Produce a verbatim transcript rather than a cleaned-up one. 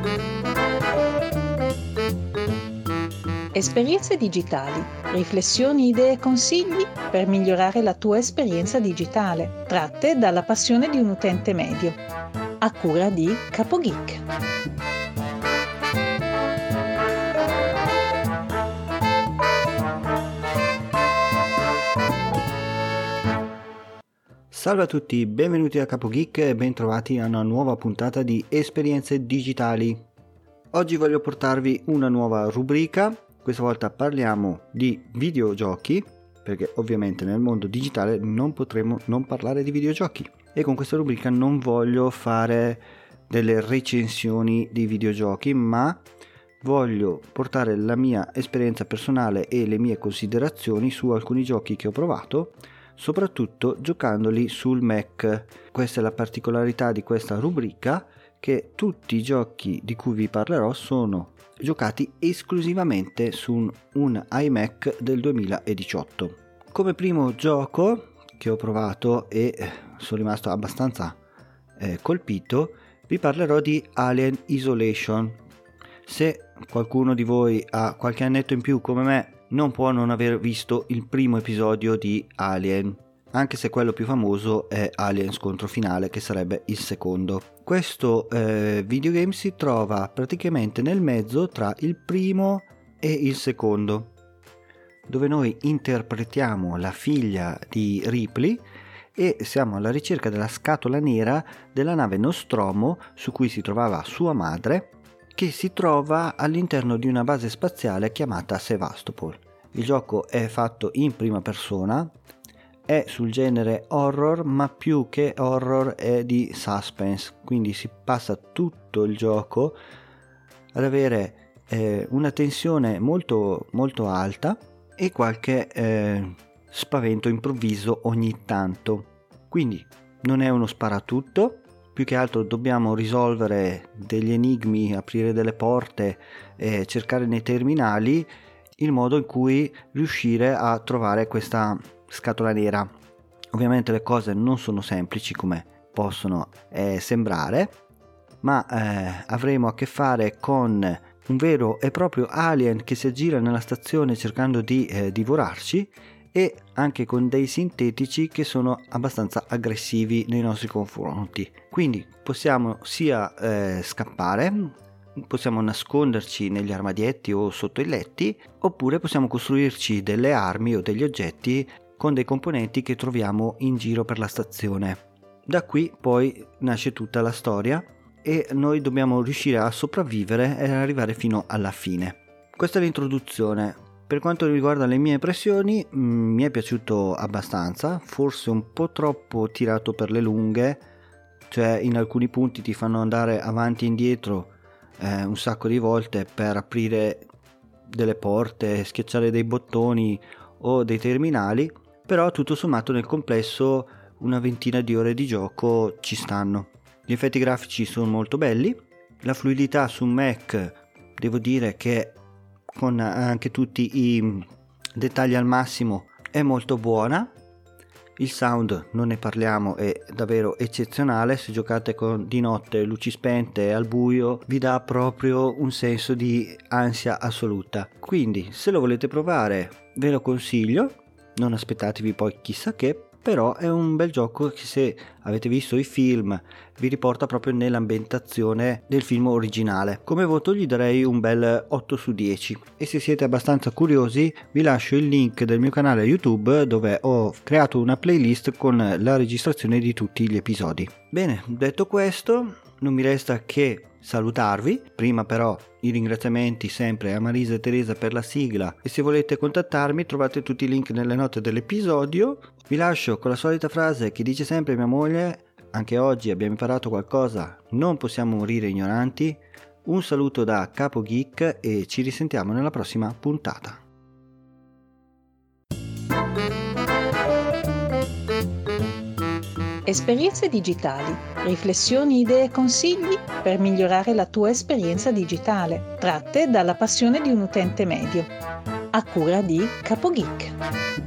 Esperienze digitali, riflessioni, idee e consigli per migliorare la tua esperienza digitale, tratte dalla passione di un utente medio, a cura di CapoGeek. Salve a tutti, benvenuti a CapoGeek e bentrovati a una nuova puntata di Esperienze digitali. Oggi voglio portarvi una nuova rubrica. Questa volta parliamo di videogiochi, perché ovviamente nel mondo digitale non potremo non parlare di videogiochi. E con questa rubrica non voglio fare delle recensioni di videogiochi, ma voglio portare la mia esperienza personale e le mie considerazioni su alcuni giochi che ho provato, soprattutto giocandoli sul Mac. Questa è la particolarità di questa rubrica, che tutti i giochi di cui vi parlerò sono giocati esclusivamente su un, un iMac del duemiladiciotto. Come primo gioco che ho provato e sono rimasto abbastanza eh, colpito, vi parlerò di Alien Isolation. Se qualcuno di voi ha qualche annetto in più come me, non può non aver visto il primo episodio di Alien, anche se quello più famoso è Alien Scontro Finale, che sarebbe il secondo. Questo eh, videogame si trova praticamente nel mezzo tra il primo e il secondo, dove noi interpretiamo la figlia di Ripley e siamo alla ricerca della scatola nera della nave Nostromo su cui si trovava sua madre, che si trova all'interno di una base spaziale chiamata Sevastopol. Il gioco è fatto in prima persona, è sul genere horror, ma più che horror è di suspense, quindi si passa tutto il gioco ad avere eh, una tensione molto molto alta e qualche eh, spavento improvviso ogni tanto. Quindi non è uno sparatutto, più che altro dobbiamo risolvere degli enigmi, aprire delle porte, eh, cercare nei terminali il modo in cui riuscire a trovare questa scatola nera. Ovviamente le cose non sono semplici come possono eh, sembrare, ma eh, avremo a che fare con un vero e proprio alien che si aggira nella stazione cercando di eh, divorarci, e anche con dei sintetici che sono abbastanza aggressivi nei nostri confronti. Quindi possiamo sia eh, scappare, possiamo nasconderci negli armadietti o sotto i letti, oppure possiamo costruirci delle armi o degli oggetti con dei componenti che troviamo in giro per la stazione. Da qui poi nasce tutta la storia e noi dobbiamo riuscire a sopravvivere e arrivare fino alla fine. Questa è l'introduzione. Per quanto riguarda le mie impressioni, mh, mi è piaciuto abbastanza, forse un po' troppo tirato per le lunghe, cioè in alcuni punti ti fanno andare avanti e indietro eh, un sacco di volte per aprire delle porte, schiacciare dei bottoni o dei terminali, però tutto sommato nel complesso una ventina di ore di gioco ci stanno. Gli effetti grafici sono molto belli, la fluidità su Mac devo dire che con anche tutti i dettagli al massimo è molto buona. Il sound, non ne parliamo, è davvero eccezionale. Se giocate con, di notte, luci spente, al buio, vi dà proprio un senso di ansia assoluta. Quindi se lo volete provare ve lo consiglio, non aspettatevi poi chissà che, però è un bel gioco che, se avete visto i film, vi riporta proprio nell'ambientazione del film originale. Come voto gli darei un bel otto su dieci, e se siete abbastanza curiosi vi lascio il link del mio canale YouTube, dove ho creato una playlist con la registrazione di tutti gli episodi. Bene, detto questo, non mi resta che salutarvi. Prima però i ringraziamenti sempre a Marisa e Teresa per la sigla, e se volete contattarmi trovate tutti i link nelle note dell'episodio. Vi lascio con la solita frase che dice sempre mia moglie: anche oggi abbiamo imparato qualcosa, non possiamo morire ignoranti. Un saluto da CapoGeek e ci risentiamo nella prossima puntata. Esperienze digitali, riflessioni, idee e consigli per migliorare la tua esperienza digitale, tratte dalla passione di un utente medio, a cura di CapoGeek.